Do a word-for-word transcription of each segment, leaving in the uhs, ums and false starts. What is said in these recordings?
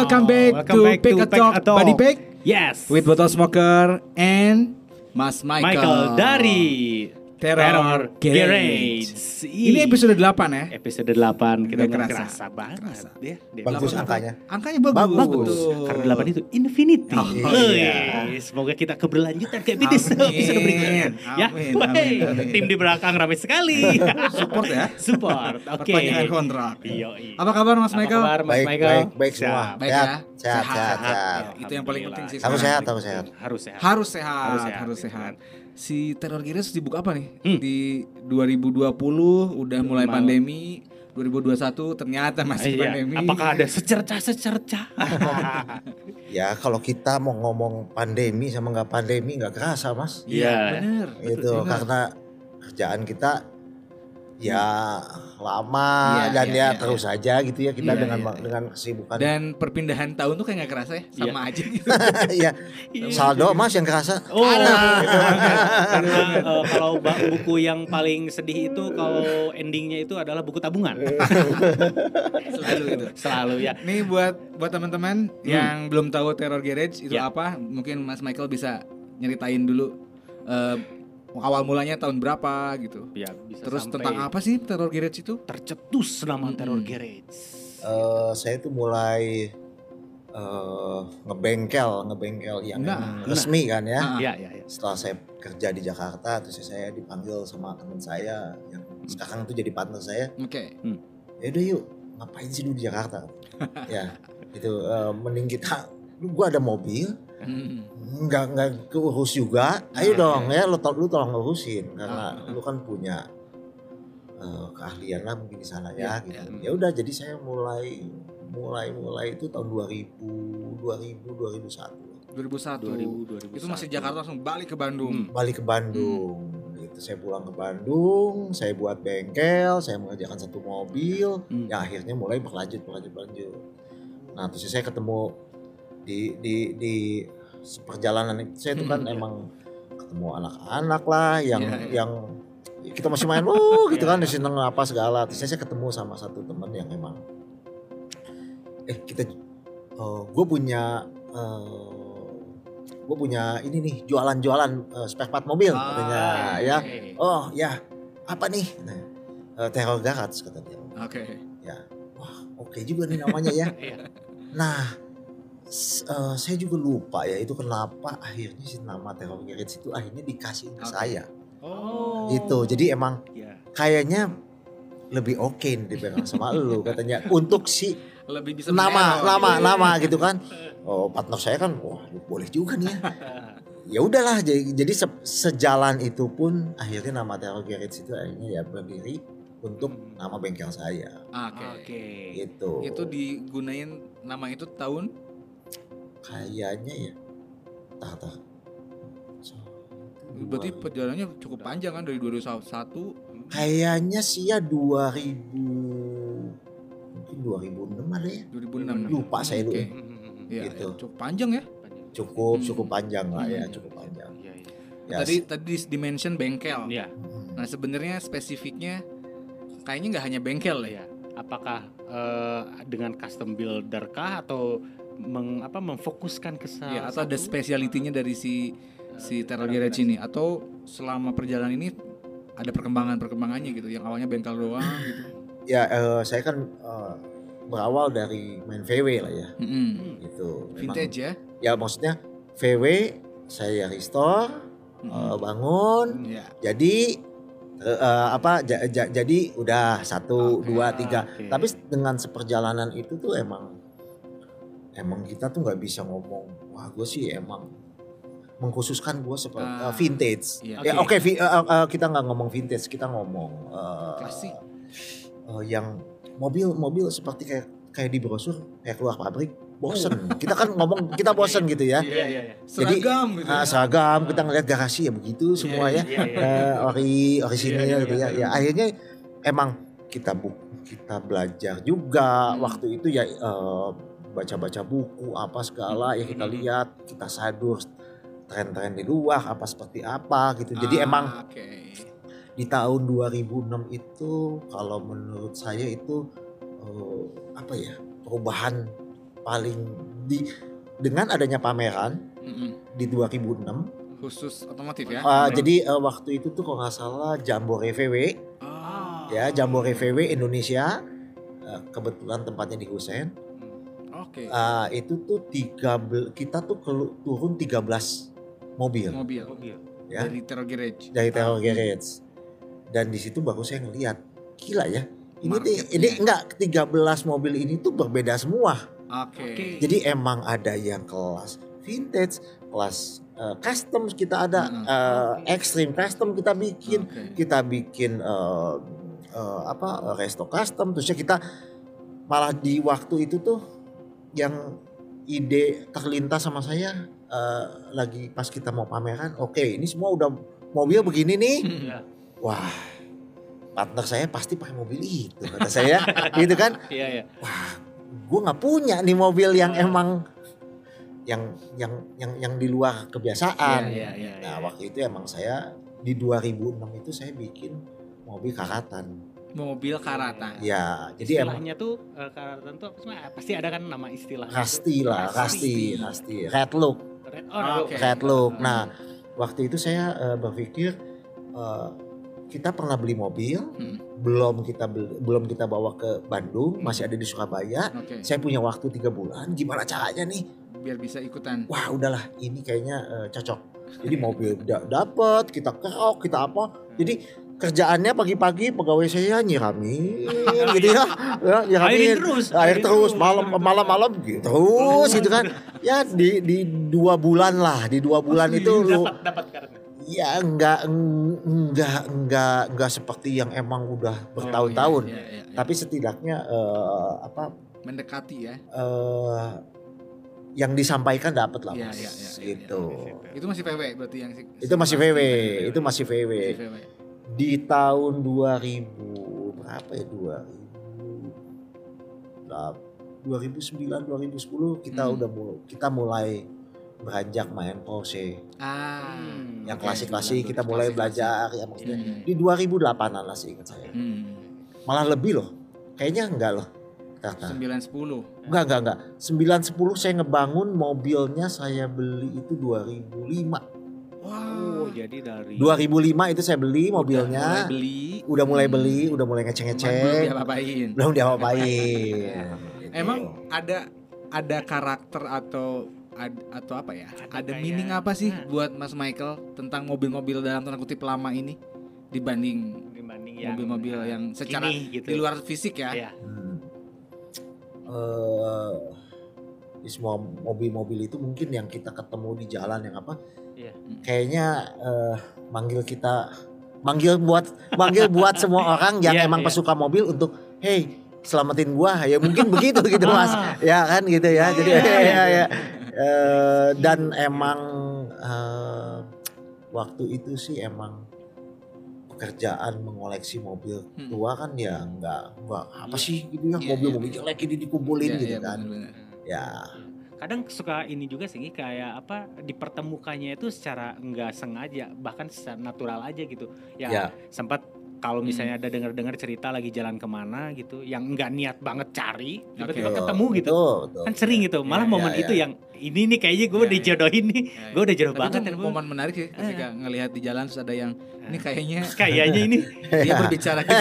welcome back welcome to back Pick to a Talk Talk. Body Pick Yes. with Botol Smoker and Mas Michael, Michael dari Terror, Terror Garage. Garage. Ini episode delapan ya. Episode delapan kita Nggak bilang kerasa. kerasa banget Kerasa. ya. Dia Bagus delapan. angkanya. Angkanya bagus. Bagus. Betul. Karena delapan itu infinity. Oh, Oh, iya. iya. Semoga kita keberlanjutan kayak B T S Amin. episode berikutnya. Ya. Amin, Wey, amin, amin. tim di belakang ramai sekali. Support ya. Support. Oke. Perpanjangan kontrak. Iya, iya. Apa kabar Mas Apa Michael? kabar, Mas Baik, Michael? baik, baik semua. Sehat. Baik Sehat, ya. sehat, sehat, sehat. Ya, itu yang paling penting sih. Harus sekarang. sehat, harus sehat. Harus sehat. Harus sehat, Harus sehat, harus gitu sehat. kan. Si Terror Garage sibuk apa nih? Hmm. Di dua ribu dua puluh udah mulai Mau. pandemi, dua ribu dua puluh satu ternyata masih Iya. pandemi. Apakah ada secerca-secerca? Ya kalau kita mau ngomong pandemi sama nggak pandemi nggak kerasa mas. Iya. bener. Itu bener. karena kerjaan kita ya lama Iya, dan iya, ya iya, terus aja gitu ya kita Iya, dengan iya, ma- iya. dengan kesibukan. Dan perpindahan tahun tuh kayak gak kerasa ya, sama aja gitu. ya saldo mas yang kerasa. Oh, gitu. Karena eh, kalau ba- buku yang paling sedih itu kalau endingnya itu adalah buku tabungan. Selalu gitu. Selalu ya. Nih buat buat teman-teman yang belum tahu Terror Garage itu Ya. apa, mungkin Mas Michael bisa nyeritain dulu eh, awal mulanya tahun berapa gitu. Ya, bisa Terus sampai tentang apa sih Terror Garage itu? tercetus nama Mm-mm. Terror Garage. Eh, saya tuh mulai eh, ngebengkel, ngebengkel yang Nah, resmi kan ya. Ah. Ya, ya, ya. Setelah saya kerja di Jakarta, terus saya dipanggil sama teman saya yang sekarang itu jadi partner saya. Oke. Ya udah yuk, ngapain sih lu di Jakarta? Ya, itu eh, mending kita, lu gua ada mobil, Hmm. nggak nggak keurus juga. Ayo Oke. dong ya, lu tol- lu tolong ngurusin karena lu kan punya eh, keahlian lah mungkin di sana ya. Ya, gitu. ya. Ya udah, jadi saya mulai mulai mulai itu tahun dua ribu, dua ribu, dua ribu satu. dua ribu satu. dua ribu, dua ribu Itu masih satu. Jakarta langsung balik ke Bandung. Hmm. Balik ke Bandung, gitu. Saya pulang ke Bandung, saya buat bengkel, saya mengerjakan satu mobil, Hmm. yang akhirnya mulai berlanjut, berlanjut, berlanjut. Nah, terus saya ketemu di di di perjalanan itu, saya tuh kan Hmm, iya. emang ketemu anak-anak lah, yang Iya, iya. yang kita masih main, oh gitu Iya, kan, iya. seneng apa segala. Terus saya ketemu sama satu teman yang emang, eh kita, gue punya gue punya ini nih jualan-jualan uh, spare part mobil Ah, katanya ya. Oke. Oh ya, apa nih? Nah, uh, Terror Garage kata dia. Oke. Ya, wah oke juga nih namanya ya. Iya. Nah, s- uh, saya juga lupa ya itu kenapa akhirnya si nama Terror Garage itu akhirnya dikasih ke Oke. saya. Oh. Gitu. Jadi emang Ya. kayaknya lebih oke nih dipegang sama lu katanya untuk si Lebih bisa nama meneror nama gitu. nama gitu kan. Oh, partner saya kan wah boleh juga nih ya. Ya udahlah, jadi, jadi se- sejalan itu pun akhirnya nama Terror Garage itu akhirnya ya berdiri untuk nama bengkel saya Oke. Oke. gitu. Itu digunain nama itu tahun Kayaknya ya. Tah tah. berarti perjalanannya cukup panjang kan dari dua ribu satu. Kayaknya sih ya dua ribu, mungkin dua ribu enam ada ya. dua ribu enam. Lupa saya Oke. dulu. Iya, Gitu. iya, cukup panjang ya. Cukup Hmm. cukup panjang lah ya, Hmm. cukup panjang. Iya, iya. Ya, Tadi tadi di dimension bengkel. Iya. hmm. Nah, sebenarnya spesifiknya kayaknya nggak hanya bengkel ya. Ya, apakah eh, dengan custom builder kah atau meng, apa, memfokuskan ke salah Ya, atau ada satu? spesialitinya dari si si Terror Garage ini, atau selama perjalanan ini ada perkembangan-perkembangannya gitu yang awalnya bengkel doang gitu. Ya eh, saya kan eh, berawal dari main V W lah ya, Mm-mm. gitu. Memang- Vintage ya. Ya maksudnya V W saya restore, eh, Mm-mm. bangun, Ya. jadi eh, eh, apa? ja- ja- jadi udah satu, Oke. dua, tiga. Oke. Tapi dengan seperjalanan itu tuh emang, emang kita tuh nggak bisa ngomong. Wah, gue sih emang mengkhususkan gue seperti Ah. eh, vintage. Iya. Ya oke, vi- eh, eh, kita nggak ngomong vintage, kita ngomong eh, Klasik. eh, yang mobil-mobil seperti kayak kayak di brosur kayak keluar pabrik, bosen. Kita kan ngomong kita bosen gitu ya. Iya, iya, iya. Jadi, Seragam gitu. Ah, ya. seragam, kita ngeliat garasi ya begitu semua ya. Iya, iya, Eh, ori orisinil Iya, iya, gitu ya. iya. Ya akhirnya emang kita bu kita belajar juga Hmm. waktu itu ya, eh, baca-baca buku apa segala ya, kita Hmm. lihat, kita sadur tren-tren di luar apa seperti apa gitu. Jadi Ah, emang oke. di tahun dua ribu enam itu kalau menurut saya itu eh, apa ya, perubahan paling di dengan adanya pameran Mm-mm. di dua ribu enam. Khusus otomotif ya. Uh, jadi uh, waktu itu tuh kalau nggak salah Jambore V W, Ah, ya Jambore V W Indonesia, uh, kebetulan tempatnya di Husein. oke. Uh, itu tuh tiga belas, kita tuh kelu- turun tiga belas mobil Mobil Mobil. ya dari Terror Garage. dari Terror Garage. Dan di situ baru saya ngelihat, gila ya. Ini nih, Marketnya. ini enggak tiga belas mobil ini tuh berbeda semua. Oke. Oke. Jadi emang ada yang kelas vintage, kelas uh, custom kita ada, Mm-mm. uh, extreme custom kita bikin, Oke. kita bikin uh, uh, apa resto custom. Terusnya kita malah di waktu itu tuh yang ide terlintas sama saya uh, lagi pas kita mau pameran. Oke, ini semua udah mobil begini nih. Ya. Wah, partner saya pasti pakai mobil itu kata saya, gitu kan? Iya, iya. Gue nggak punya nih mobil yang emang yang yang yang yang di luar kebiasaan. Iya, iya, iya, Nah iya. waktu itu emang saya di dua ribu enam itu saya bikin mobil karatan. Mobil karatan. Ya, jadi emang Istilahnya tuh eh, karatan tuh apa sih? Pasti ada kan nama istilahnya. pasti lah, pasti, pasti. Red look, Red, oh, Oke. red look. Nah waktu itu saya uh, berpikir uh, kita pernah beli mobil, Hmm. belum kita beli, belum kita bawa ke Bandung, masih ada di Surabaya. Oke. Saya punya waktu tiga bulan, gimana caranya nih? Biar bisa ikutan. Wah udahlah, ini kayaknya uh, cocok. Jadi mobil udah dapet, kita kerok, kita apa. Jadi kerjaannya pagi-pagi pegawai saya nyiramin gitu ya, ya nyiramin, Airin terus, air airin terus, terus. malam malam-malam gitu terus gitu kan. Ya di di dua bulan lah, di dua bulan itu lu dapat dapat karatan. ya enggak enggak enggak enggak seperti yang emang udah bertahun-tahun. Iya, iya, iya, iya. Tapi setidaknya eh, apa Mendekati ya. eh, yang disampaikan dapat lah Iya, Mas. iya, iya, iya, Gitu. Itu masih V W berarti yang si- Itu masih V W, itu masih V W. Masih V W. Di tahun dua ribu berapa ya dua ribu dua ribu sembilan dua ribu sepuluh kita Hmm. udah mulai kita mulai beranjak main Porsche. Ah. Hmm. Yang Oke, klasik-klasik kita klasik-klasik. mulai belajar ya maksudnya. Hmm. Di dua ribu delapan-an lah sih ingat saya. Hmm. Malah lebih loh. Kayaknya enggak loh. Kata. sembilan sepuluh. Enggak, enggak, enggak. sembilan sepuluh saya ngebangun mobilnya saya beli itu dua ribu lima. Oh, jadi dari dua ribu lima itu saya beli Mulai mobilnya. beli. Udah mulai Hmm. beli, udah mulai Cuman ngecek-ngecek. belum diapa-apain. Belum diapa-apain. Gitu. Emang ada ada karakter atau ad- atau apa ya? Ada Ada kayak- meaning apa sih Nah. buat Mas Michael tentang mobil-mobil dalam tanda kutip lama ini dibanding dibanding yang mobil-mobil yang secara kini gitu. di luar fisik ya? Iya. Hmm. Eh, di semua mobil-mobil itu mungkin yang kita ketemu di jalan yang apa? Iya. Kayaknya eh, manggil kita, manggil buat, manggil buat semua orang yang Iya, emang iya. pesuka mobil untuk, hey selamatin gua, ya mungkin begitu gitu mas, ya kan gitu ya. Jadi Iya, iya, ya, ya. Eh, dan emang eh, waktu itu sih emang pekerjaan mengoleksi mobil Hmm. tua kan ya nggak nggak apa sih gitu ya, Iya, mobil-mobil iya. jelek ini dikumpulin Iya, gitu iya, kan. benar-benar. Ya Kadang suka ini juga sih kayak apa dipertemukannya itu secara enggak sengaja bahkan secara natural aja gitu. Ya, Ya. sempat kalau misalnya ada dengar-dengar cerita lagi jalan kemana gitu yang enggak niat banget cari tiba-tiba Oke. ketemu gitu. Betul, betul. Kan sering gitu. Malah Iya, momen iya, itu iya. yang ini nih kayaknya gue Iya, udah iya. dijodohin nih. Ya, Gue udah jodoh Tapi banget itu kan. momen menarik sih ketika ngelihat di jalan terus ada yang ini kayaknya Kayaknya ini dia berbicara gitu.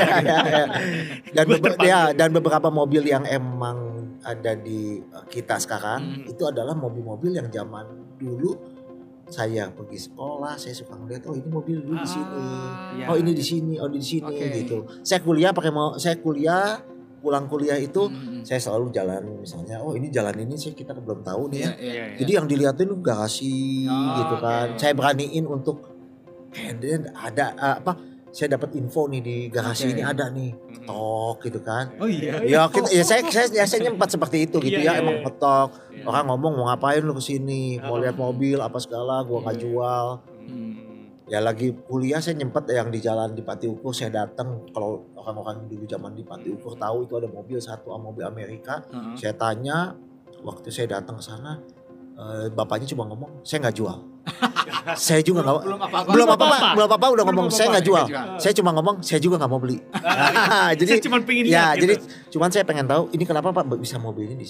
dan Gua bebe- terpanggil. ya, dan beberapa mobil yang emang ada di uh, kita sekarang Hmm. itu adalah mobil-mobil yang zaman dulu saya pergi sekolah saya suka ngeliat oh ini mobil dulu di sini, Iya. oh ini di sini, oh di sini Oke. gitu. Saya kuliah pakai mau saya kuliah pulang kuliah itu Hmm. saya selalu jalan misalnya oh ini jalan ini sih kita belum tahu nih ya. Iya, iya. Iya, iya. Jadi yang dilihatin garasi Oh, gitu kan. oke. Saya beraniin untuk kayaknya ada uh, apa? Saya dapat info nih di garasi Oke. ini ada nih. Mm. Tok gitu kan. Oh iya. Ya kita ya saya saya ya, saya nyempat seperti itu gitu Iya, ya iya, emang iya. petok. Iya. Orang ngomong mau ngapain lu kesini? Mau Oh. lihat mobil apa segala gua nggak Iya. jual. Hmm. Ya lagi kuliah saya nyempet yang di jalan di Pati Ukur saya datang kalau orang-orang dulu zaman di Pati Ukur tahu itu ada mobil satu mobil Amerika. Heeh. Saya tanya waktu saya datang ke sana eh, bapaknya cuma ngomong saya nggak jual. Saya juga nggak belum apa-apa. belum apa-apa apa-apa. belum apa-apa udah Belum ngomong apa-apa, saya nggak jual. nggak jual. Saya cuma ngomong saya juga nggak mau beli. jadi Saya cuma pengen ya lihat jadi gitu. cuman saya pengen tahu ini kenapa Pak bisa mobil ini di sini.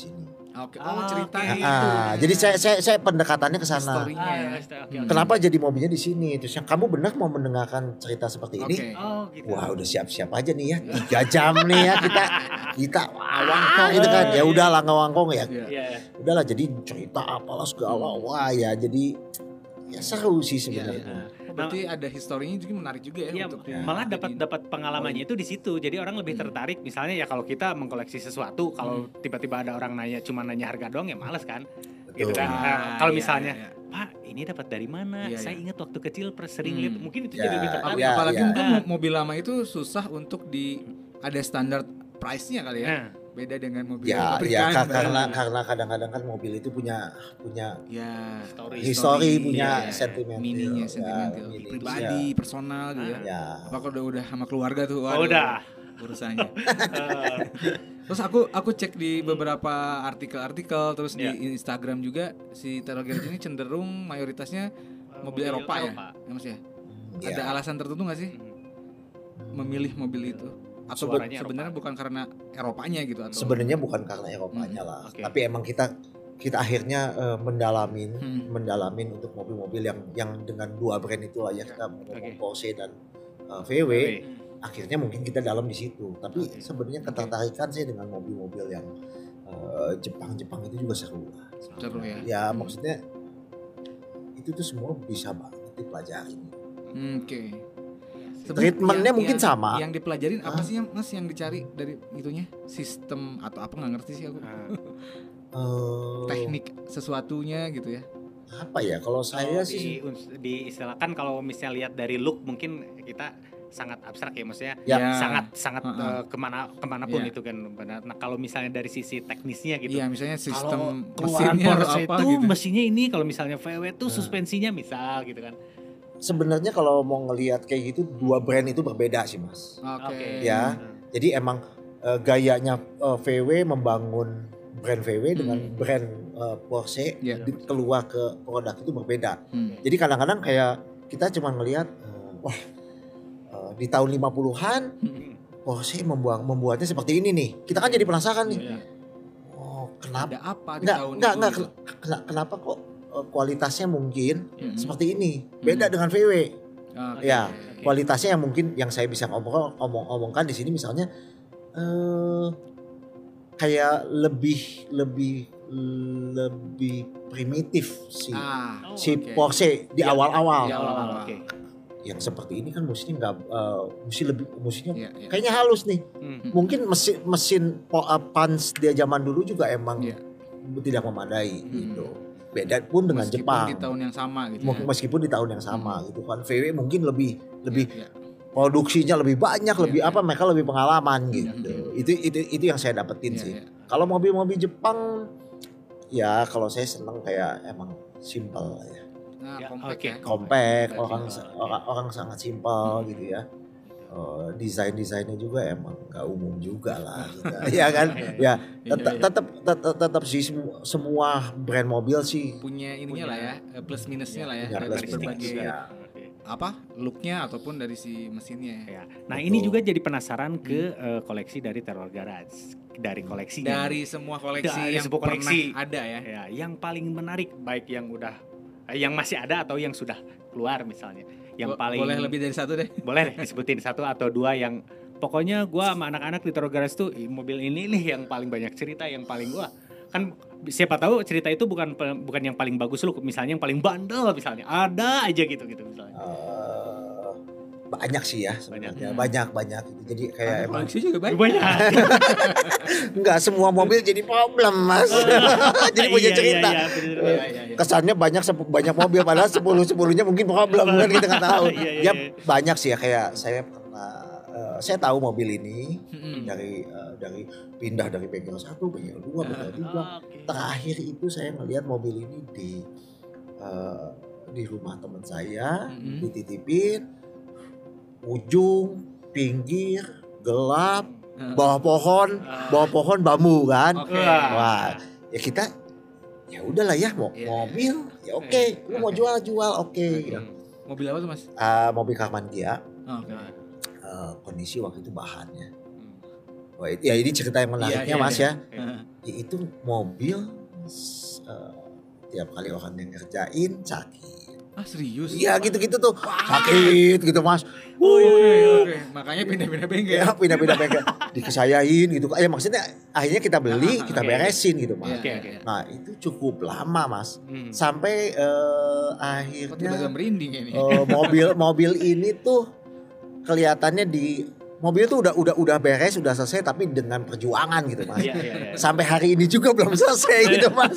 Oke. Oh, Ah, cerita oke. itu. Ah, jadi saya saya saya pendekatannya ke sana. Story-nya Ah, ya. ya, oke, oke. Kenapa jadi mobilnya di sini? Terus yang kamu benar mau mendengarkan cerita seperti ini? Oke. Oh, gitu. Wah udah siap-siap aja nih ya, tiga jam nih ya kita kita Awangkong gitu kan, Oh, ya iya. udahlah ngawangkong ya, Iya. Iya. udahlah jadi cerita apalah segala, wah ya jadi ya seru sih sebenarnya. Nah, Oh, berarti ada historinya juga menarik juga ya, Iya, untuk malah dijadiin. dapat dapat pengalamannya itu di situ. Jadi orang lebih Hmm. tertarik. Misalnya ya kalau kita mengkoleksi sesuatu, kalau tiba-tiba ada orang nanya cuma nanya harga doang ya males kan. Gitu kan. Ah, Nah, kalau iya, misalnya, iya, iya. Pak, ini dapat dari mana? Iya, Saya iya. ingat waktu kecil pernah sering Hmm. lihat. Mungkin itu Ya, jadi lebih tertarik. ya, Apalagi ya. mungkin Nah. mo- mobil lama itu susah untuk di ada standar price-nya kali ya. Nah, Beda dengan mobil Ya, pabrikan. ya ka- karena karena kadang-kadang kan mobil itu punya punya ya Story. history, punya iya, sentimental, mininya ya, sentimental, mini, pribadi, personal gitu ya. ya. Apa kalau udah udah sama keluarga tuh, oh, waduh, udah. urusannya. Eh, Terus aku aku cek di beberapa artikel-artikel, terus Iya. di Instagram juga si Terror Garage ini cenderung mayoritasnya mobil Eropa ya, ya Mas ya. Ya. Ada alasan tertentu nggak sih memilih mobil itu? Atau bu- Suaranya sebenarnya bukan karena Eropanya gitu atau? Sebenarnya bukan karena Eropanya lah, oke. tapi emang kita kita akhirnya eh, mendalamin Hmm. mendalamin untuk mobil-mobil yang yang dengan dua brand itu lah ya, kita ngomong Oke. Porsche dan eh, V W. Oke. Akhirnya mungkin kita dalam di situ, tapi Oke. sebenarnya ketertarikan sih dengan mobil-mobil yang eh, Jepang-Jepang itu juga seru lah. Seru ya. Ya maksudnya itu tuh semua bisa banget dipelajari. Hmm, Oke. Sebenarnya Treatmentnya yang- mungkin yang- sama. Yang dipelajarin apa Hah? sih yang Mas yang dicari dari itunya? Sistem atau apa nggak ngerti sih aku. Nah, Eh, Teknik sesuatunya gitu ya. apa ya? Kalau saya kalau sih di, uns- diistilahkan kalau misalnya lihat dari look mungkin kita sangat abstrak ya maksudnya Ya. sangat sangat Heeh. eh, kemana kemanapun Iya. itu kan benar. Nah kalau misalnya dari sisi teknisnya gitu, Iya, misalnya kalau sistem keluaran mesinnya atau Porsche apa itu gitu. mesinnya ini, kalau misalnya V W tuh Nah. suspensinya misal gitu kan. sebenarnya kalau mau ngelihat kayak gitu dua brand itu berbeda sih mas. Oke. Oke. Ya. Jadi emang eh, gayanya eh, V W membangun brand V W dengan Hmm. brand eh, Porsche Iya. di- keluar ke produk itu berbeda. Hmm. Jadi kadang-kadang kayak kita cuma ngelihat eh, wah eh, di tahun lima puluhan Hmm. Porsche membuat membuatnya seperti ini nih. Kita kan jadi penasaran nih. Iya. Oh, kenapa? Ada apa di Enggak, tahun enggak, itu enggak. gitu? Kena- Kenapa kok eh, kualitasnya mungkin Hmm. seperti ini? Beda Hmm. dengan V W. Oke. Ya, Oke. kualitasnya yang mungkin yang saya bisa ngomong ngomong omongkan di sini misalnya eh kayak lebih lebih lebih primitif si Ah, Oh, si oke. Porsche di Iya, awal-awal. Di awal-awal. Oh, oke. Yang seperti ini kan musiknya nggak eh, musik lebih musiknya Iya, iya. kayaknya halus nih. Hmm. Mungkin mesin mesin po- eh, Pans dia zaman dulu juga emang Iya. tidak memadai Hmm. gitu. Beda pun dengan Meskipun Jepang. di tahun yang sama gitu. Meskipun- ya. Meskipun di tahun yang sama gitu kan. V W mungkin lebih lebih Iya, iya. produksinya lebih banyak, Iya, lebih iya. apa mereka lebih pengalaman gitu. Iya. Itu itu itu yang saya dapetin Iya, sih. iya. Kalau mobil-mobil Jepang ya kalau saya seneng kayak emang simple ya. Nah, Ya, compact oke. ya. Compact, Compact, orang iya. orang orang sangat simple gitu ya. Eh, desain-desainnya juga emang gak umum juga lah gitu. ya kan? Ya, Iya, tetap iya. tetap tetap tetap sih semua, semua brand mobil sih Punya ininya Punya- lah ya, eh, plus minusnya lah ya, punya dari plus karakteristik berbagai minusnya. Oke. apa looknya ataupun dari si mesinnya ya. Ya. Nah Betul. ini juga jadi penasaran ke eh, koleksi dari Terror Garage, dari koleksinya. Dari semua koleksi Dari yang semua pernah koleksi. ada ya. Ya, yang paling menarik baik yang udah eh, yang masih ada atau yang sudah keluar misalnya. Yang Bo- paling boleh lebih dari satu deh. boleh deh disebutin satu atau dua yang pokoknya gua sama anak-anak di Terror Garage tuh "Ih, mobil ini nih yang paling banyak cerita, yang paling gua kan siapa tahu cerita itu bukan pe- bukan yang paling bagus lu, misalnya yang paling bandel misalnya ada aja gitu gitu misalnya. Eh, banyak sih ya sebenarnya Banyak. banyak banyak gitu. Jadi kayak Ada emang koleksi juga banyak. Banyak. nggak semua mobil jadi problem mas. jadi punya Iya, cerita. Iya, iya, bener, bener. Iya, iya, iya. Kesannya banyak sepu- banyak mobil padahal sepuluh sepuluhnya mungkin problem kan kita nggak tahu. Iya, iya, Ya iya. banyak sih ya kayak saya pernah eh, saya tahu mobil ini Mm-mm. dari eh, dari pindah dari bengkel satu bengkel dua bengkel tiga. Oke. Terakhir itu saya melihat mobil ini di eh, di rumah teman saya Mm-mm. dititipin ujung pinggir gelap Heeh. bawah pohon bawah pohon bambu kan. Oke. Wah. Wah, ya kita ya udahlah ya mau Iya. mobil ya oke, lu mau jual jual oke. Oke. Mobil apa tuh Mas? Ah, mobil Karmann Gia, Oh, oke. Nah, eh, kondisi waktu itu bahannya Wah, ya ini cerita yang menariknya Iya, iya, Mas iya. ya. Ya, itu mobil uh, tiap kali orang yang ngerjain sakit. Ah serius? Iya gitu-gitu tuh sakit gitu Mas. Oh iya, oke oke. Makanya pindah-pindah bengkel. Ya pindah-pindah bengkel dikesayain gitu. Ya maksudnya akhirnya kita beli, Ah, kita oke. beresin gitu Mas. Oke oke. Nah itu cukup lama Mas. Hmm. Sampai uh, Kok tiba-tiba akhirnya merinding ini? uh, mobil mobil ini tuh kelihatannya di mobil tuh udah udah udah beres, udah selesai tapi dengan perjuangan gitu Mas. Iya iya iya. Sampai hari ini juga belum selesai gitu Mas.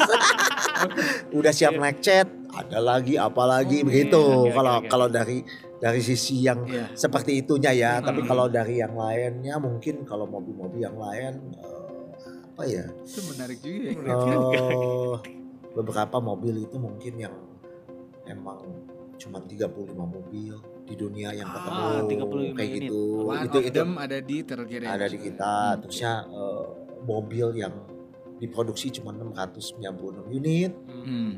Udah siap ngecat, ada lagi apa lagi Oh, begitu. iya, oke, Kalau oke, oke. kalau dari dari sisi yang Iya. seperti itunya ya, Hmm. tapi kalau dari yang lainnya mungkin kalau mobil-mobil yang lain eh, apa ya? Itu menarik juga ya. Eh, beberapa mobil itu mungkin yang emang cuma tiga puluh lima mobil di dunia yang Ah, ketemu tiga puluh lima kayak unit. gitu. One itu of itu them ada di Terror Garage. ada di kita. Hmm. Terusnya eh, mobil yang diproduksi cuma enam ratus sembilan puluh enam unit. Hmm.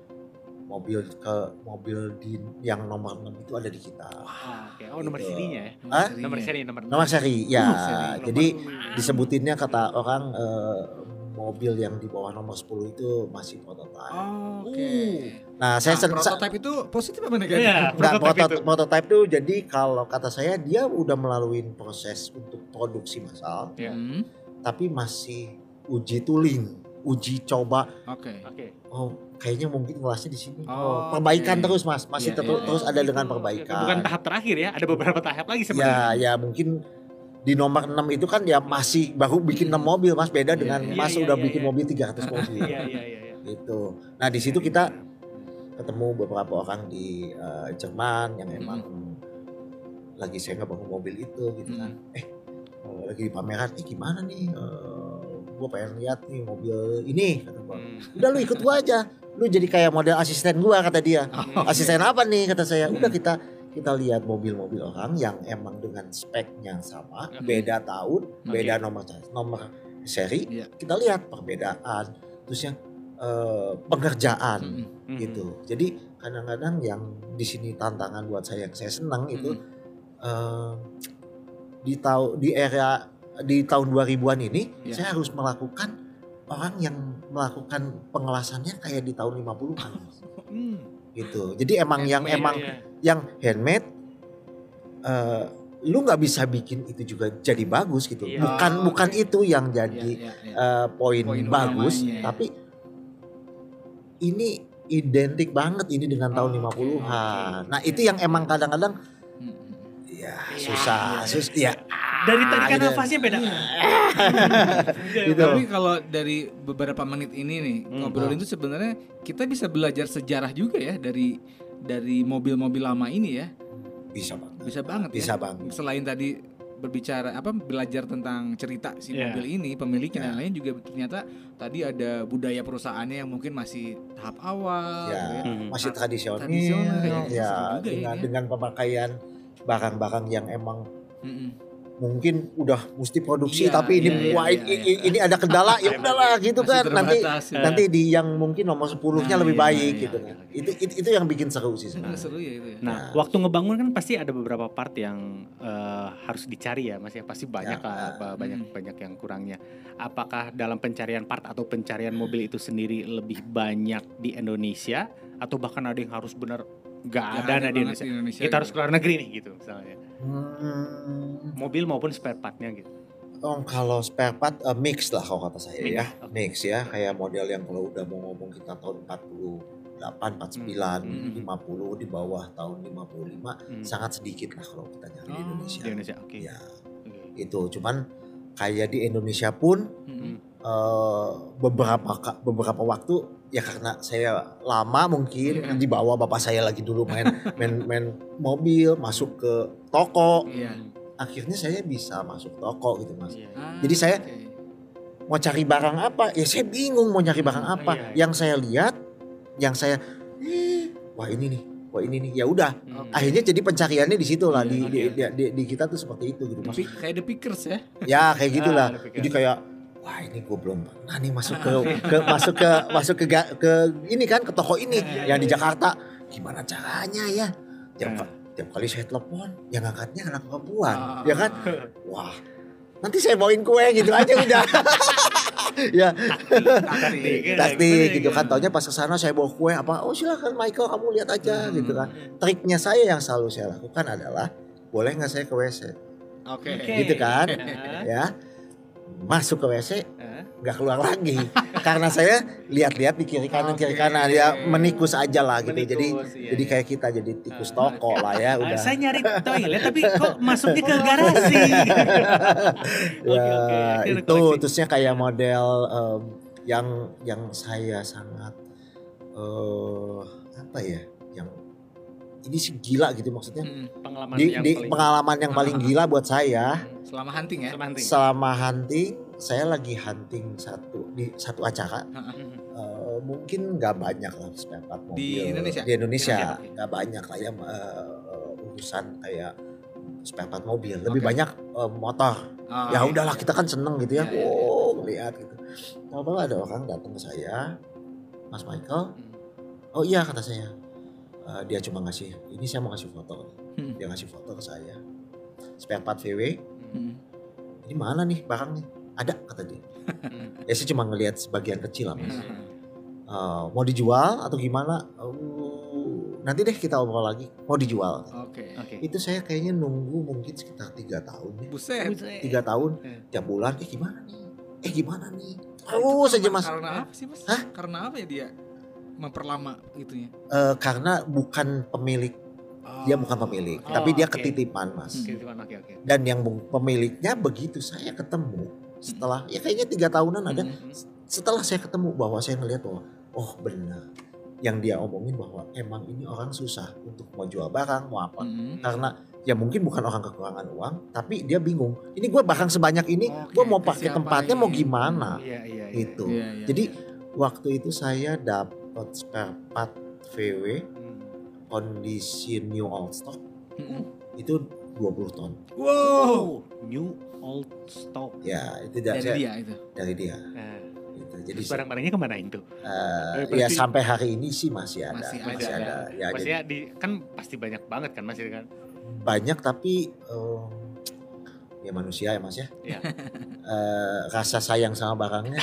Mobil ke mobil di yang nomor enam itu ada di kita. Ah, oke. Oh nomor Gitu. serinya ya. Hah? Nomor seri nomor Nomor seri ya. Oh, seri. Jadi disebutinnya kata orang eh, mobil yang di bawah nomor sepuluh itu masih prototipe. Oh, oke. Uh. Nah, saya Nah, sen- sa- prototype itu positif apa negatif? Iya. Nggak, Prototype prototype, itu. prototype tuh jadi kalau kata saya dia udah melalui proses untuk produksi massal, Iya. Hmm. tapi masih uji tooling, uji coba. Oke. Oke. Oh, kayaknya mungkin ngelasnya di sini. Oh, Oh, perbaikan oke. terus Mas, masih Iya, terus iya, terus iya. ada dengan Gitu. perbaikan. Bukan tahap terakhir ya, ada beberapa tahap lagi Ya, sebenarnya. ya mungkin di nomor enam itu kan ya masih baru bikin enam mobil Mas, beda Iya, dengan iya, Mas iya, udah iya, bikin iya. mobil tiga ratus mobil. Iya iya iya iya. Gitu. Nah, di situ kita ketemu beberapa orang di eh, Jerman yang emang lagi saya ngebangun mobil itu gitu kan. Eh, eh, lagi di pameran, eh gimana nih? Gue pengen lihat nih mobil ini kata gua. Hmm. Udah lu ikut gua aja. Lu jadi kayak model asisten gua kata dia. Oh, Asisten apa nih kata saya. Udah kita kita lihat mobil-mobil orang yang emang dengan speknya sama, Oke. beda tahun, Oke. beda nomor nomor seri. Iya. Kita lihat perbedaan, terus yang eh, pengerjaan Hmm. Hmm. gitu. Jadi kadang-kadang yang di sini tantangan buat saya yang saya senang itu eh, di tahun di era di tahun dua ribuan ini Ya. saya harus melakukan orang yang melakukan pengelasannya kayak di tahun lima puluhan Hmm. gitu. Jadi emang yang Iya, emang iya. yang handmade eh, lu nggak bisa bikin itu juga jadi bagus gitu. Iya. Bukan Oh, bukan oke. itu yang Iya, jadi iya, iya. eh, poin, Poin bagus, utamanya. tapi ini identik banget ini dengan tahun Oh, lima puluhan. oke. Nah, itu yang emang kadang-kadang Hmm. ya Iya, susah, iya, sus ya. Dari tarikan gitu. nafasnya beda. Gitu. Tapi kalau dari beberapa menit ini nih Hmm. ngobrolin itu sebenarnya kita bisa belajar sejarah juga ya dari dari mobil-mobil lama ini ya. Bisa banget. Bisa banget ya. Bisa banget. Selain tadi berbicara apa belajar tentang cerita si Iya. mobil ini, pemiliknya Iya. dan lain juga ternyata tadi ada budaya perusahaannya yang mungkin masih tahap awal Ya, gitu ya. Hmm. masih tradisional. Tradisional, ya, ya. Seru juga dengan ini ya. dengan pemakaian barang-barang yang emang Mm-mm. mungkin udah mesti produksi Iya, tapi ini iya, iya, wah iya, ini, iya. ini ada kendala ya udahlah gitu Masih kan nanti terbatas, ya. nanti di yang mungkin nomor sepuluh-nya Nah, lebih iya, baik iya, gitu iya, kan. iya. Itu, itu itu yang bikin seru sih Nah, sebenarnya. seru ya itu ya. Nah, waktu ngebangun kan pasti ada beberapa part yang eh, harus dicari ya, Mas ya. Pasti banyak Ya. lah, apa- banyak Hmm. banyak yang kurangnya. Apakah dalam pencarian part atau pencarian mobil itu sendiri lebih banyak di Indonesia atau bahkan ada yang harus benar nggak Nggak ada, ada di banget Indonesia. di Indonesia Kita gitu. harus keluar negeri nih gitu misalnya. Hmm, Mobil maupun spare partnya gitu. oh, kalau spare part eh, mix lah kalau kata saya Mix, ya. oke. Mix ya kayak model yang kalau udah mau ngomong kita tahun empat puluh delapan, empat puluh sembilan, Hmm. lima puluh di bawah tahun lima puluh lima Hmm. sangat sedikit lah kalau kita nyari di Oh, Indonesia. Di Indonesia, oke. Ya, Oke. itu cuman kayak di Indonesia pun Mm-mm. eh, beberapa ka- beberapa waktu ya karena saya lama mungkin Iya. dibawa bapak saya lagi dulu main main main mobil masuk ke toko, Iya. akhirnya saya bisa masuk toko gitu Mas. Iya. Ah, Jadi saya- oke. Mau cari barang apa? Ya saya bingung mau nyari barang Hmm, apa. iya, iya. Yang saya lihat, yang saya eh, wah ini nih, wah ini nih. Ya udah, Hmm. akhirnya jadi pencariannya di situ lah Iya, di, oke. di, di, di, di kita tuh seperti itu gitu Mas. Tapi kayak The Pickers ya. Ya kayak gitulah. Ah, ada pikiran. Jadi kayak wah ini gue belum pernah nih masuk ke, ke masuk ke masuk ke ga- ke ini kan ke toko ini Iya, yang di iya. Jakarta. Gimana caranya ya? Tiap, Nah. ka- tiap kali saya telepon yang angkatnya anak perempuan, Ah. ya kan? Wah, nanti saya bawain kue gitu aja udah. Ya Taktik, taktik gitu kan, taunya pas kesana saya bawa kue apa, oh silakan Michael kamu lihat aja Hmm. gitu kan. Triknya saya yang selalu saya lakukan adalah boleh nggak saya ke W C Oke. Oke. gitu kan, Heeh. ya masuk ke W C Heeh. nggak keluar lagi karena saya lihat-lihat di kiri kanan kiri Oke. kanan ya, menikus aja lah gitu. Menikus, jadi iya, jadi iya. kayak kita jadi tikus Ah, toko lah ya Ah, udah. saya nyari toilet tapi kok masuknya ke garasi. Oke, Ya oke. Ini ada itu koleksi. terusnya kayak model em, yang yang saya sangat eh apa ya, yang ini sih gila gitu maksudnya. Mm-mm. Pengalaman Di, yang di paling pengalaman yang paling gila buat saya Selama hunting ya. semanting. selama hunting, saya lagi hunting satu di satu acara. Mhm. Eh, mungkin nggak banyak lah spare part mobil Di Indonesia? di Indonesia Oke. nggak banyak lah ya eh, urusan kayak spare part mobil, lebih Oke. banyak eh, motor. Oh, Ya iya. udahlah kita kan seneng gitu ya, Iya, iya, iya. oh lihat gitu. Tahu-tahu ada orang datang ke saya, Mas Michael, oh iya kata saya, "Eh, dia cuma ngasih, ini saya mau ngasih foto, Hmm. dia ngasih foto ke saya, spare part V W, Mm. ini mana nih barangnya? Ada kata dia. Mhm. Ya saya cuma ngelihat sebagian kecil lah mas. Hmm. Eh, mau dijual atau gimana? Oh, nanti deh kita obrol lagi. Mau dijual. Oke. Oke. Itu saya kayaknya nunggu mungkin sekitar tiga tahun ya. Buset. Tiga tahun Eh. tiap bulan. Eh gimana nih? Eh gimana nih? Itu Terus saja karena- mas. Karena apa sih mas? Hah? Karena apa ya dia memperlama itunya? Eh, karena bukan pemilik, dia bukan pemilik, Oh, tapi dia oke. ketitipan mas. Hmm. Gitu kan, oke oke. Dan yang bu- pemiliknya begitu saya ketemu setelah ya kayaknya tiga tahunan ada. Mm. Setelah saya ketemu bahwa saya melihat bahwa oh benar yang dia omongin bahwa emang ini orang susah untuk mau jual barang mau apa. Mm. Karena ya mungkin bukan orang kekurangan uang, tapi dia bingung. Ini gue barang sebanyak ini, Oke, gue mau ke pakai siapa tempatnya ini? mau gimana? Iya iya iya. Gitu. Iya, iya, Jadi iya. waktu itu saya dapat spare part V W Hmm. kondisi new old stock Mm-mm. itu dua puluh ton. Wow. New old stock. Ya itu da- Dari saya- dia itu. dari dia. Nah, Gitu. Jadi terus barang-barangnya kemana itu? eh, Eh, ya berarti- sampai hari ini sih masih ada, Masih masih, ada. ada. Ya, jadi Maksudnya di kan pasti banyak banget kan masih kan. banyak tapi em, ya manusia ya mas ya. Iya. Eh, rasa sayang sama barangnya.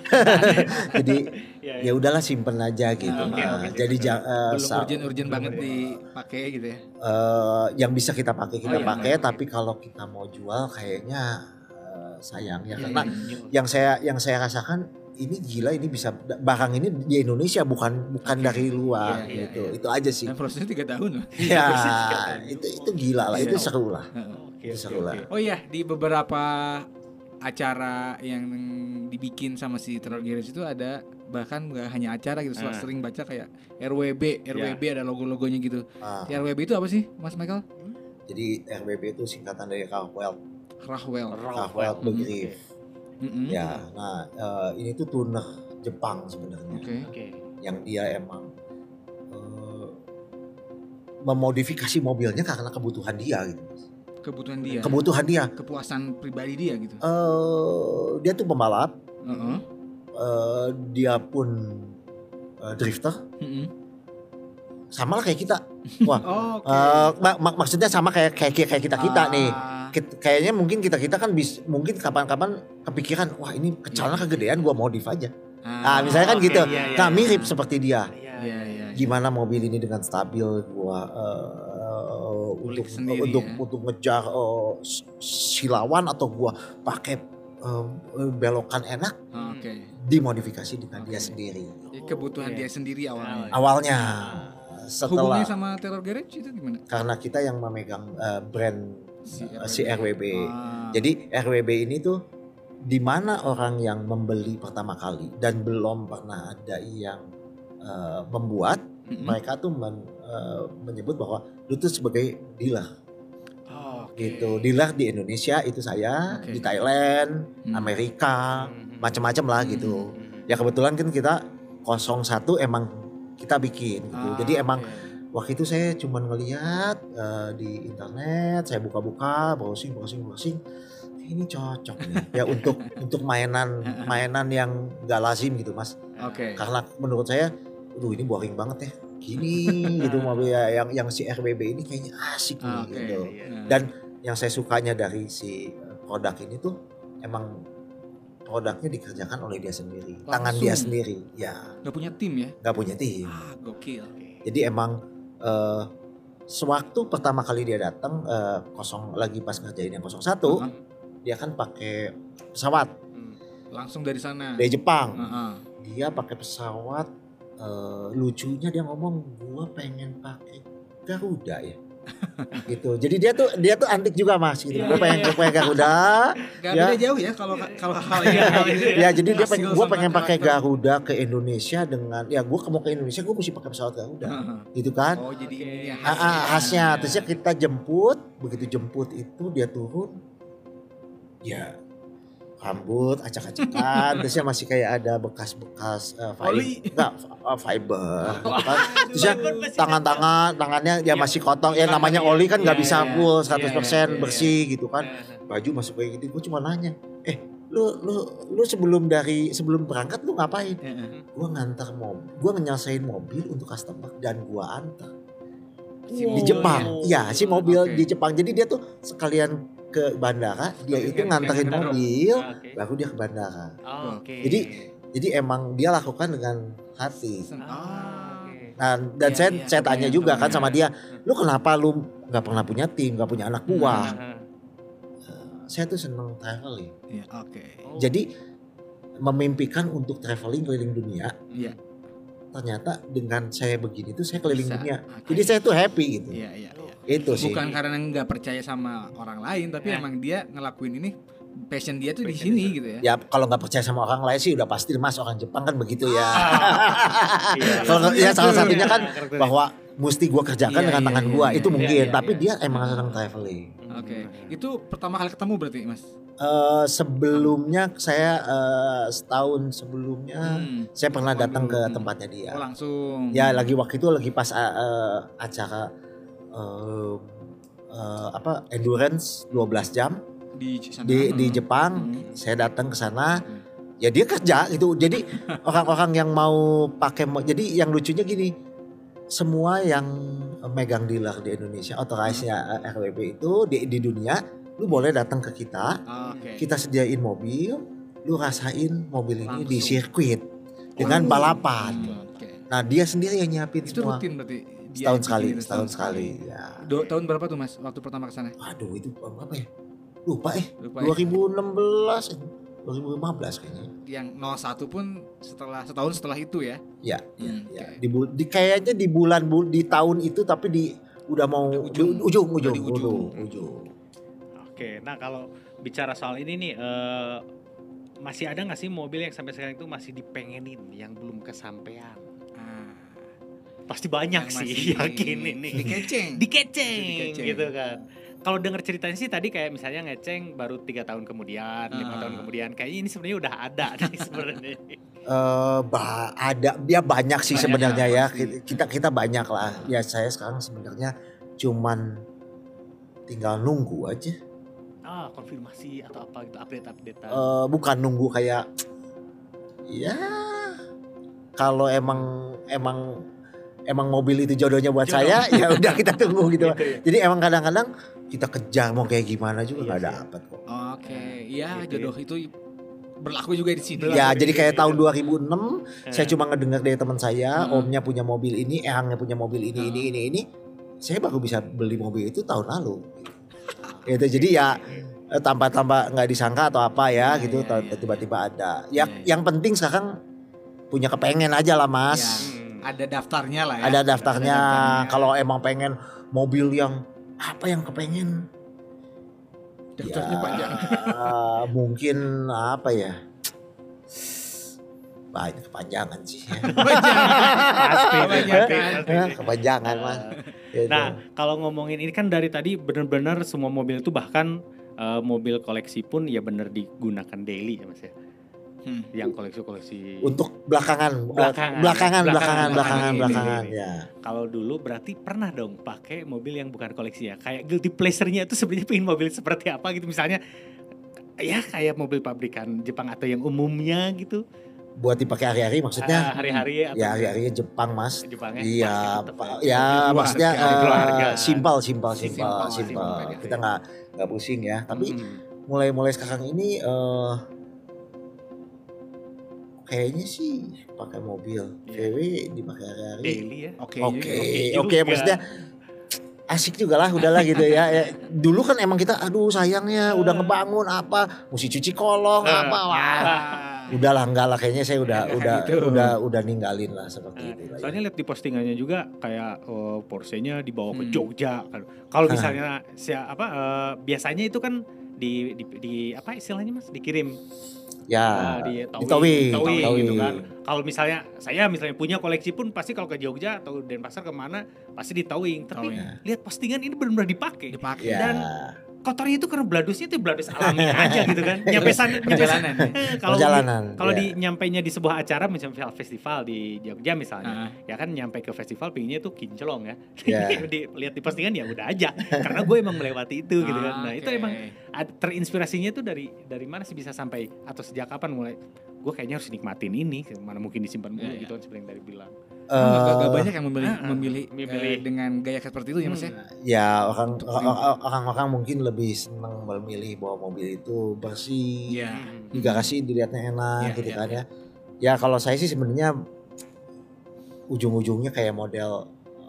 Jadi Iya. ya udahlah simpen aja gitu. Ah, oke, Nah, oke. jadi ja- eh, Belum sa- urgent-urgent belum banget urgent. dipakai gitu ya. eh, yang bisa kita pakai kita Oh, iya, pakai, iya, iya. tapi kalau kita mau jual kayaknya eh, sayang ya Iya, karena iya. yang saya yang saya rasakan ini gila, ini bisa barang ini di Indonesia bukan bukan Oke. dari luar Iya, iya, gitu. iya. Itu aja sih. Dan prosesnya tiga tahun loh. Ya prosesnya tiga tahun. itu itu gila lah, Iya. itu seru lah. Oke, Bisa oke, ulah. oke. Oh iya, di beberapa acara yang dibikin sama si Terror Garage itu ada, bahkan nggak hanya acara gitu, Ah. sering baca kayak R W B, R W B ada logo-logonya gitu. Ah, Si R W B itu apa sih, Mas Michael? jadi R W B itu singkatan dari Rockwell, Rahwell. Rockwell Begriff. Mm-mm. Ya, nah eh, ini tuh tuner Jepang sebenarnya, Oke. Oke. yang dia emang eh, memodifikasi mobilnya karena kebutuhan dia gitu. Kebutuhan dia, Kebutuhan dia. kepuasan pribadi dia gitu. Eh, dia tuh pembalap, Heeh. eh, dia pun eh, drifter, Mm-mm. sama lah kayak kita. Wah, Oke. eh, mak- mak- maksudnya sama kayak kayak kayak kita kita nih. Ah, Kit- Kayaknya mungkin kita kita kan bis, mungkin kapan-kapan kepikiran, wah ini kecalnya kegedean, gua modif aja. ah, Nah, misalnya kan oke, gitu. iya, iya, Nah, iya. mirip seperti dia. Iya, Iya, iya. Gimana mobil ini dengan stabil gua eh, Kulik untuk sendiri untuk ya. untuk ngejar eh, s- silawan atau gua pakai eh, belokan enak, Oke. dimodifikasi dengan dia Oke. sendiri. Jadi kebutuhan Oke. dia sendiri awalnya. Ah, Awalnya Hubungannya setelah sama Terror Garage itu gimana? karena kita yang memegang eh, brand Si eh, si R W B. Ah. Jadi R W B ini tuh di mana orang yang membeli pertama kali dan belum pernah ada yang eh, membuat, Mm-mm. mereka tuh men- eh, menyebut bahwa lu tuh sebagai dealer Oh, oke. gitu. Dealer di Indonesia itu saya, Oke. di Thailand, Hmm. Amerika, Mhm. macam-macam lah gitu. Mhm. Ya kebetulan kan kita nol satu emang kita bikin gitu. Ah, Jadi emang oke. waktu itu saya cuman ngeliat eh, di internet, saya buka-buka, browsing, browsing, browsing. Eh, Ini cocok nih ya untuk untuk mainan mainan yang gak lazim gitu mas. Oke. Karena menurut saya, aduh ini boring banget ya. Gini gitu mobil ya, yang yang si R W B ini kayaknya asik nih Ah, oke. gitu. Iya. Nah. Dan yang saya sukanya dari si produk ini tuh emang produknya dikerjakan oleh dia sendiri, Langsung. tangan dia sendiri, ya. Gak punya tim ya? Nggak punya tim. Ah, gokil. Jadi emang uh, sewaktu pertama kali dia datang uh, kosong lagi pas ngerjain yang kosong satu, Uh-huh. dia kan pakai pesawat Langsung dari sana. dari Jepang. Uh-huh. Dia pakai pesawat, uh, lucunya dia ngomong, gua pengen pakai Garuda ya. Gitu. Jadi dia tuh dia tuh antik juga Mas gitu. Iya, Gue pengen iya. gue pengen Garuda. Gak Ya. beda jauh ya kalau kalau hal ini. Ya jadi dia pengen, gue Hasil pengen sama pakai karakter. Garuda ke Indonesia dengan ya gue mau ke Indonesia gue mesti pakai pesawat Garuda. Uh-huh. Gitu kan. Oh jadi Oke. ini ya Ah, ah, khasnya terusnya kita jemput, begitu jemput itu dia turun, ya rambut acak-acakan, terusnya masih kayak ada bekas-bekas uh, Oli. fiber, enggak uh, fiber, gitu kan. Terusnya tangan-tangan, tangannya ya masih kotor, ya namanya oli kan nggak Iya, bisa iya. full Iya, seratus persen iya, iya. bersih gitu kan. Baju masuk kayak gitu, gue cuma nanya, eh lu lu lu sebelum dari sebelum berangkat lu ngapain? Uh-huh. Gue ngantar mobil, gue nyelesain mobil untuk customer dan gue antar Si di mobilnya. Jepang. Ya, si mobil Oke. di Jepang. Jadi dia tuh sekalian ke bandara, dia Oke, itu oke, nganterin oke. mobil, Oke. baru dia ke bandara. Oh, Oke. Jadi- Jadi emang dia lakukan dengan hati. Sen- Ah, Ah. oke. Nah, dan Iya, saya iya, saya tanya iya, juga iya. kan sama dia, lu kenapa lu nggak pernah punya tim, nggak punya anak buah? Ah, Saya tuh seneng traveling. Iya, oke. oh. Jadi memimpikan untuk traveling keliling dunia. Iya. Ternyata dengan saya begini tuh saya keliling Bisa. dunia. Oke. Jadi saya tuh happy gitu. Iya, iya, iya. Itu sih. Bukan karena nggak percaya sama orang lain, tapi Ya. emang dia ngelakuin ini passion dia tuh di Passion sini itu. gitu ya. Ya kalau nggak percaya sama orang lain sih udah pasti Mas orang Jepang kan begitu ya. Iya. Kalau ya salah satunya kan Karakternya. bahwa mesti gua kerjakan Iya, dengan iya, tangan iya, gua iya, itu iya, mungkin, iya, tapi iya. dia emang senang traveling. Oke. Itu pertama kali ketemu berarti, Mas? Eh, sebelumnya saya eh, setahun sebelumnya Hmm. saya pernah datang ke Hmm. tempatnya dia. Oh, langsung. Ya lagi waktu itu lagi pas eh, eh, acara eh, eh, apa endurance dua belas jam di sana. di di Hmm. Jepang. Hmm. Saya datang ke sana. Hmm. Ya dia kerja gitu. Jadi orang-orang yang mau pakai mo- jadi yang lucunya gini. Semua yang megang dealer di Indonesia authorized-nya R W B itu di di dunia lu boleh datang ke kita. Oke. Kita sediain mobil, lu rasain mobil ini di Langsung. sirkuit dengan Oh. balapan. Oke. Nah dia sendiri yang nyiapin Itu semua. rutin berarti. dia Setahun bikin sekali, itu setahun sekali. Ya. Do- tahun berapa tuh, Mas? Waktu pertama ke sana? Aduh itu apa ya? Lupa eh. Lupa ya? dua ribu enam belas, eh. dua ribu lima belas kayaknya. Yang nol satu pun setelah setahun setelah itu ya. Ya, ya, Hmm, ya. oke. Di, bul- di kayaknya di bulan bul- di tahun itu tapi di udah mau Ujung. di ujung Udah ujung di ujung. ujung ujung. Oke, nah kalau bicara soal ini nih, eh, masih ada nggak sih mobil yang sampai sekarang itu masih dipengenin, yang belum kesampaian? Ah, Pasti banyak yang sih, masih yakin ini. Dikeceng. Dikeceng, Dikeceng. gitu kan. Kalau denger ceritanya sih tadi kayak misalnya ngeceng baru tiga tahun kemudian, lima Ah. tahun kemudian, kayaknya ini sebenarnya udah ada nih sebenarnya. Eh bah, ada dia banyak sih Banyak sebenarnya ya, ya. pasti. Kita kita banyak lah. Ya saya sekarang sebenarnya cuman tinggal nunggu aja. Ah, konfirmasi atau apa gitu, update-update. Eh bukan nunggu kayak ya kalau emang emang emang mobil itu jodohnya buat Jodoh. saya ya udah kita tunggu gitu. Gitu ya. Jadi emang kadang-kadang kita kejar mau kayak gimana juga Iya nggak sih. dapat kok. Oke, iya Gitu jodoh itu berlaku juga di sini. Berlaku. Ya di jadi sini, kayak gitu. tahun dua ribu enam saya Eh. cuma ngedengar dari teman saya, Hmm. omnya punya mobil ini, ehangnya punya mobil ini, Hmm. ini, ini, ini. Saya baru bisa beli mobil itu tahun lalu. Itu jadi ya eh, tanpa-tanpa nggak disangka atau apa ya Iya, gitu, iya, ta- iya, tiba-tiba ada. Iya, Yang iya. yang penting sekarang punya kepengen aja lah mas. Ya, Hmm. ada daftarnya lah ya. Ada daftarnya. Ada daftarnya. Kalau emang pengen mobil yang apa yang kepengen? Daftarnya ya, panjang. mungkin apa ya? Banyak kepanjangan sih. Ya. Pasti, Kebanyakan. pasti, Ya, pasti. kepanjangan mah. Gitu. Nah, kalau ngomongin ini kan dari tadi benar-benar semua mobil itu bahkan eh, mobil koleksi pun ya benar digunakan daily ya Mas ya. Hmm. Yang koleksi-koleksi. Untuk belakangan, Belakangan. belakangan, belakangan, Belakangan, belakangan, belakangan belakangan, ini. ya. Kalau dulu berarti pernah dong pakai mobil yang bukan koleksi ya. Kayak guilty pleasure-nya itu sebenarnya pengen mobil seperti apa gitu misalnya. Ya kayak mobil pabrikan Jepang atau yang umumnya gitu. Buat dipakai hari-hari maksudnya? Ah, hari-hari atau Ya hari-harinya Jepang mas. Jepang ya. Iya, Pasti tetep pa- ya. ya Keluarga, maksudnya keluarga. eh, simpel, simpel, simpel, Simpel, simpel. simpel. Kita nggak nggak pusing ya. Tapi Hmm. mulai mulai sekarang ini uh, kayaknya sih pakai mobil Iya. V W dipakai hari-hari. Daily ya. Oke Oke, juga. oke, juga. maksudnya asik juga lah, udahlah gitu ya. Ya, dulu kan emang kita, aduh sayangnya udah ngebangun apa, mesti cuci kolong Eh, apa, wah. Ah, Udahlah enggak lah, kayaknya saya udah Kayak udah gitu. udah udah ninggalin lah seperti Nah, itu lah. Ya. soalnya lihat di postingannya juga kayak eh, Porsche-nya dibawa ke Hmm. Jogja kan. Kalau misalnya si apa eh, biasanya itu kan di, di di apa istilahnya Mas dikirim Ya, eh, di di towing, towing, towing towing. gitu kan. Kalau misalnya saya misalnya punya koleksi pun pasti kalau ke Jogja atau Denpasar kemana pasti di towing. Tapi Towing. lihat postingan ini benar-benar dipakai. dipakai. Ya. Dan kotornya itu karena bladusnya itu bladus alami aja gitu kan. Nyampe sana nyampe Perjalanan. sana. Eh, Kalau Perjalanan, kalau ya. di nyampainya di sebuah acara misalnya festival di Jogja misalnya, Ah. ya kan nyampe ke festival pinginnya tuh kinclong ya. Ya. di, lihat di postingan ya udah aja karena gue emang melewati itu gitu kan. Nah, itu Oke. emang ad- terinspirasinya tuh dari dari mana sih bisa sampai atau sejak kapan mulai gue kayaknya harus nikmatin ini, mana mungkin disimpan mulu Ya, ya. gitu kan seperti yang tadi bilang. Oh, nggak- nggak- nggak Eh, banyak yang memilih Ah, ah. memilih, Memilih. eh, dengan gaya seperti itu ya Mas ya. ya orang Untuk orang- orang-orang mungkin lebih senang memilih bahwa mobil itu bersih, Iya. juga kasih dilihatnya enak Iya, gitu iya, kan ya. Ya kalau saya sih sebenarnya ujung-ujungnya kayak model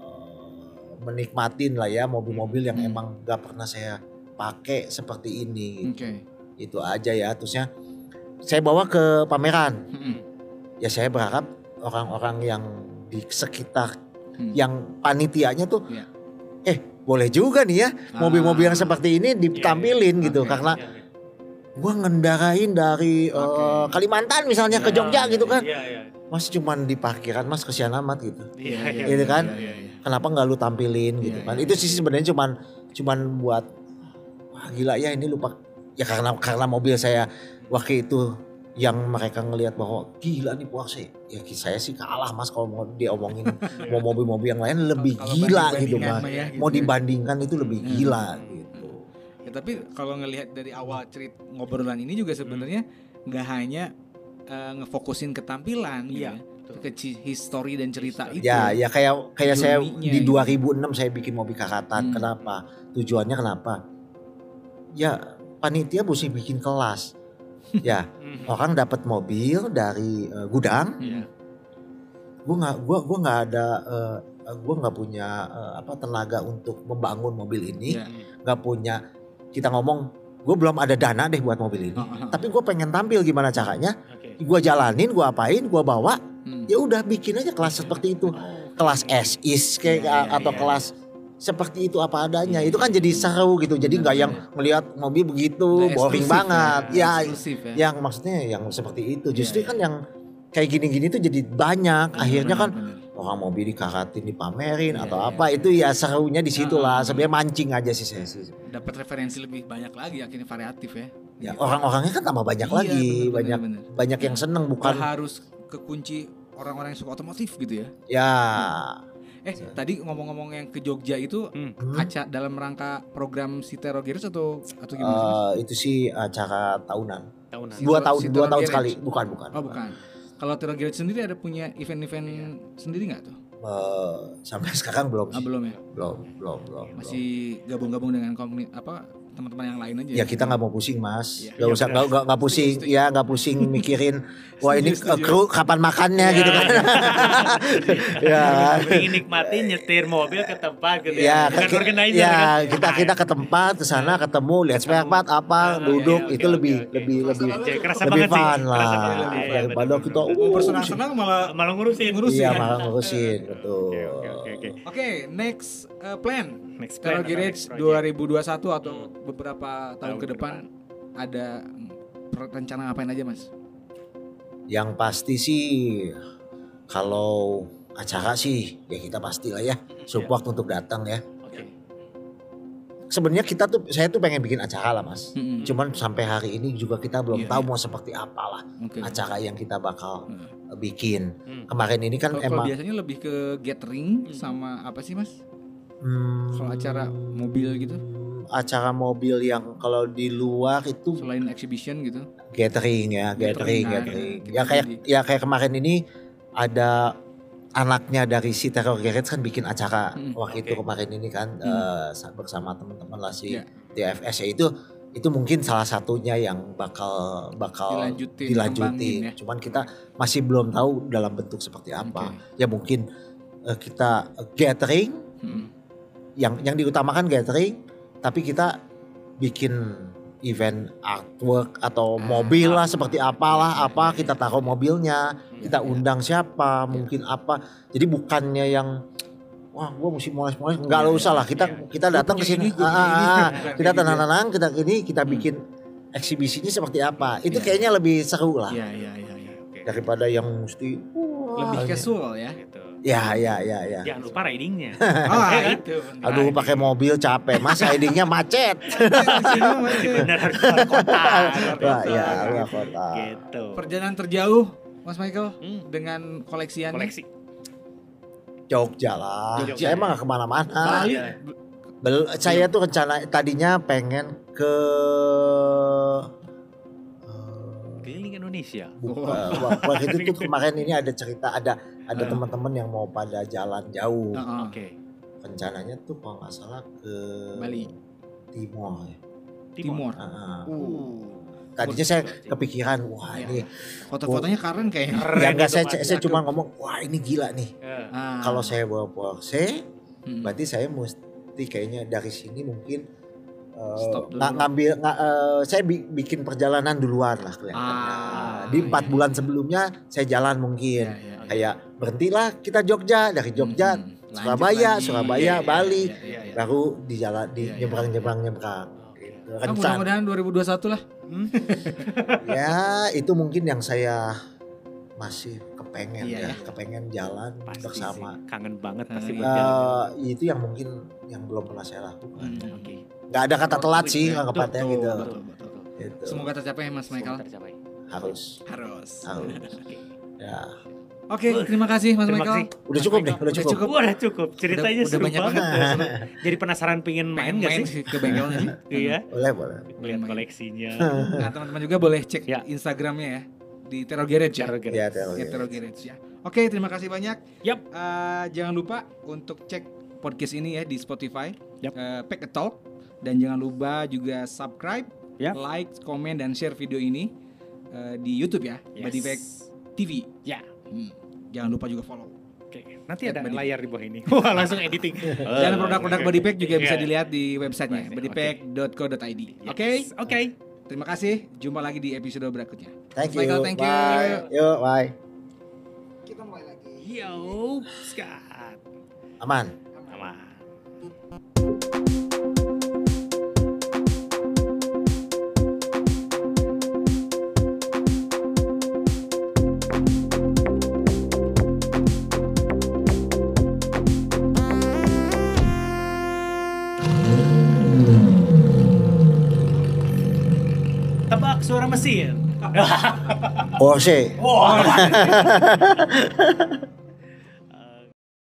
eh, menikmatin lah ya mobil-mobil yang Hmm. emang gak pernah saya pakai seperti ini. Oke. Itu aja ya. Terusnya saya bawa ke pameran. Mm-mm. Ya saya berharap orang-orang yang di sekitar Hmm. yang panitianya tuh Iya. eh boleh juga nih ya mobil-mobil yang Ah. seperti ini ditampilin gitu Oke. karena Iya, iya. gua ngendarain dari eh, Oke. Kalimantan misalnya ke Ya, Jogja gitu kan. Iya, iya. Mas cuman di parkiran Mas kesian amat gitu. Iya, iya. Gitu kan? Iya, iya, iya. Kenapa nggak lu tampilin gitu Iya, kan? iya. Itu sih sebenarnya cuman cuman buat wah gila ya ini lupa ya karena karena mobil saya waktu itu yang mereka ngelihat bahwa gila nih Porsche. Ya saya sih kalah Mas kalau mau diomongin mau mobil-mobil yang lain lebih Kalau gila banding-bandingan gitu mah Mas. ya, gitu Mau ya. dibandingkan itu lebih Hmm. gila gitu. Ya, tapi kalau ngelihat dari awal cerita ngobrolan ini juga sebenarnya nggak hanya eh, ngefokusin ketampilan, gitu Iya, ya. betul. ke ci- history dan cerita itu. Ya, ya kayak kayak saya Journey-nya di gitu. dua ribu enam saya bikin mobil kakatan. Hmm. Kenapa? Tujuannya kenapa? Ya, panitia mesti bikin kelas. Ya, Hmm. orang dapat mobil dari eh, gudang. Iya. Gue nggak, gua gua nggak ada, uh, gue nggak punya eh, apa tenaga untuk membangun mobil ini. Ya. Nggak punya. Kita ngomong, gue belum ada dana deh buat mobil ini. Oh, oh, oh. Tapi gue pengen tampil gimana caranya. Oke. Gue jalanin, gue apain, gue bawa. Hmm. Ya udah bikin aja kelas seperti itu. Kelas S I S kayak Iya, iya, atau iya. kelas seperti itu apa adanya. Itu kan jadi seru gitu. Jadi nggak yang melihat mobil begitu Nggak boring eksklusif banget. Ya, eksklusif ya. yang maksudnya yang seperti itu. Justru Iya, kan yang kayak gini-gini tuh jadi banyak. Akhirnya kan Benar-benar. orang mobil dikaratin, dipamerin Iya, atau iya. apa. Itu ya serunya di situ lah. Ah. Sebenarnya mancing aja sih saya sih. Dapat referensi lebih banyak lagi, akhirnya variatif ya. Ya, Gitu. orang-orangnya kan tambah banyak Iya, lagi. benar, banyak benar, benar. banyak yang seneng Bukan bukan. harus kekunci orang-orang yang suka otomotif gitu ya. Ya. Eh, tadi ngomong-ngomong yang ke Jogja itu Hmm. Hmm. aca dalam rangka program si Terogeres atau atau gimana sih, Mas? Eh, itu sih acara tahunan. Tahunan. Si- Dua tahun, si dua Toro tahun Garage. sekali. Bukan, bukan. Oh, bukan. Kalau Terogeres sendiri ada punya event-event sendiri nggak tuh? Eh, sampai sekarang belum Ah, sih. belum ya. Belum, belum, belum. Masih gabung-gabung dengan komunitas apa teman-teman yang lain aja. belum. Ya kita nggak mau pusing mas, Iya. nggak Iya, usah benar. nggak nggak nggak pusing, Setuju, setuju. ya nggak pusing mikirin, wah ini Setuju, setuju. eh, kru kapan makannya Iya. gitu kan, ya. Pengen nikmatin nyetir mobil ke tempat gitu Ya, ya. Bukan ke- organizer ya kan. kita kita ke tempat ke sana ketemu lihat spare part apa Ah, duduk iya, itu oke, lebih oke, oke. lebih lebih Jadi kerasa lebih banget sih. fun Kerasa lah banget. Iya, iya, daripada betul, kita betul. Mau uh, bersenang-senang malah Malah ngurusin. Ngurusin. iya kan? malah ngurusin betul. Oke, oke, oke, oke. Oke, next uh, plan. Next plan Tero atau Garage next project? dua ribu dua puluh satu atau beberapa tahun Tahun ke ke depan ada mm, per- rencana ngapain aja, Mas? Yang pasti sih kalau acara sih ya kita pastilah ya support untuk datang ya. Oke. Sebenarnya kita tuh saya tuh pengen bikin acara lah mas. Mm-mm. Cuman sampai hari ini juga kita belum Iya, tahu iya. mau seperti apalah Oke. acara yang kita bakal Hmm. eh, bikin. Hmm. Kemarin ini kan Kalau kalau emang biasanya lebih ke gathering sama apa sih, Mas? hmm, Kalau acara mobil gitu? acara mobil yang kalau di luar itu Selain exhibition gitu. gathering ya, gathering, Gathering, nah, gathering. kita Ya kayak jadi. ya kayak kemarin ini ada anaknya dari si Terror Garage kan bikin acara Hmm, waktu oke. itu kemarin ini kan Hmm. eh, sa- bersama teman-teman lah si Ya. T F S ya itu itu mungkin salah satunya yang bakal bakal Dilanjutin, dilanjutin. kembangin ya. Cuman kita masih belum tahu dalam bentuk seperti apa. Oke. Ya mungkin uh, kita gathering, Hmm. yang yang diutamakan gathering, tapi kita bikin event artwork atau mobil lah seperti apalah apa kita taruh mobilnya, kita undang siapa, mungkin apa. Jadi bukannya yang wah gue mesti moles-moles, enggak Iya, lah usah lah, iya, kita iya. kita datang ke Gua punya sini, ini, gua ah, punya ah, ini. ah, Bukan kita kayak gitu tenang-tenang, kita ini kita bikin eksibisinya seperti apa, itu Iya. kayaknya lebih seru lah Iya, iya, iya, iya. Oke. daripada yang mesti wah, Lebih ini. casual ya. Gitu. Ya ya ya ya. Jangan lupa ridingnya. Ah, Iya kan? itu. Aduh pakai mobil capek, mas ridingnya macet. Benar harus keluar kota. keluar Wah kota. ya luar kota. Gitu. Perjalanan terjauh Mas Michael Hmm. dengan koleksiannya. Koleksi. Jogja lah, Jogja. saya emang gak kemana-mana. Bali. Iya. Bel- saya tuh rencana tadinya pengen ke Keliling Indonesia. Bu- Wow. eh, wak- waktu itu tuh kemarin ini ada cerita ada ada Ah. teman-teman yang mau pada jalan jauh. Heeh. Oke. Rencananya tuh kalau nggak salah ke Bali. Timor ya. Timur. Ah, Uh. tadinya saya kepikiran wah Iya. ini Foto-fotonya keren kayaknya. Keren ya enggak itu, saya Mas. saya cuma ngomong wah ini gila nih. Eh, Ah. Kalau saya bawa Porsche Hmm. berarti saya mesti kayaknya dari sini mungkin eh, Stop dulu. nga- ngambil nga- eh, saya bi- bikin perjalanan duluan lah kelihatannya. Ah, Di empat iya. bulan sebelumnya saya jalan mungkin. Iya, iya, iya. Kayak berhentilah kita Jogja, dari Jogja Hmm. Lanjut Surabaya, lagi. Surabaya, Iya, iya, Bali. iya, iya, iya. baru di jalan di Iya, iya. nyebrang nyebrang nyebrang. Oke. Gitu. Ah, Rencana. mudah-mudahan dua ribu dua puluh satu lah. Ya itu mungkin yang saya masih kepengen Iya, ya, ya. kepengen jalan Pasti bersama. sih. Kangen banget pasti Eh, buat jalan. Eh, itu yang mungkin yang belum pernah saya lakukan. Hmm. Oke. Nggak ada kata telat sih Betul, anggapannya betul, gitu. betul, betul. Gitu. Semoga tercapai Mas Michael. Semoga tercapai. Harus, Harus. harus. Oke. Ya. Oke, terima kasih Mas Terima Michael. kasih. Udah cukup deh, udah Udah cukup. cukup. Wah, udah cukup. Ceritanya Udah- udah seru banyak banget. banget. Seru. Jadi penasaran pengen main Pengen nggak main sih? ke bengkelnya sih. Iya. Boleh, boleh. Melihat Main. koleksinya. Nah, teman-teman juga boleh cek Ya. Instagramnya ya di Terror Garage ya. Cara gerak. Ya, terus. Ya, Terror Garage ya. Oke, terima kasih banyak. Yap. Eh, jangan lupa untuk cek podcast ini ya di Spotify. Yap. Eh, Pack a Talk, dan jangan lupa juga subscribe, Yap. like, komen dan share video ini eh, di YouTube ya, Yes. Bodypack T V. Ya. Hmm. Jangan lupa juga follow. Oke. Nanti ada Body- layar di bawah ini. Wah, langsung editing. Dan produk-produk Bodypack juga bisa Iya. dilihat di websitenya Oke. bodypack dot co dot i d. Yes. Oke? Oke. Terima kasih. Jumpa lagi di episode berikutnya. Thank you. Michael, thank you. Bye. Yuk, bye. Kita mulai lagi. Yo, Scott. Aman. Aman. Tebak suara mesin. Porsche. Wah.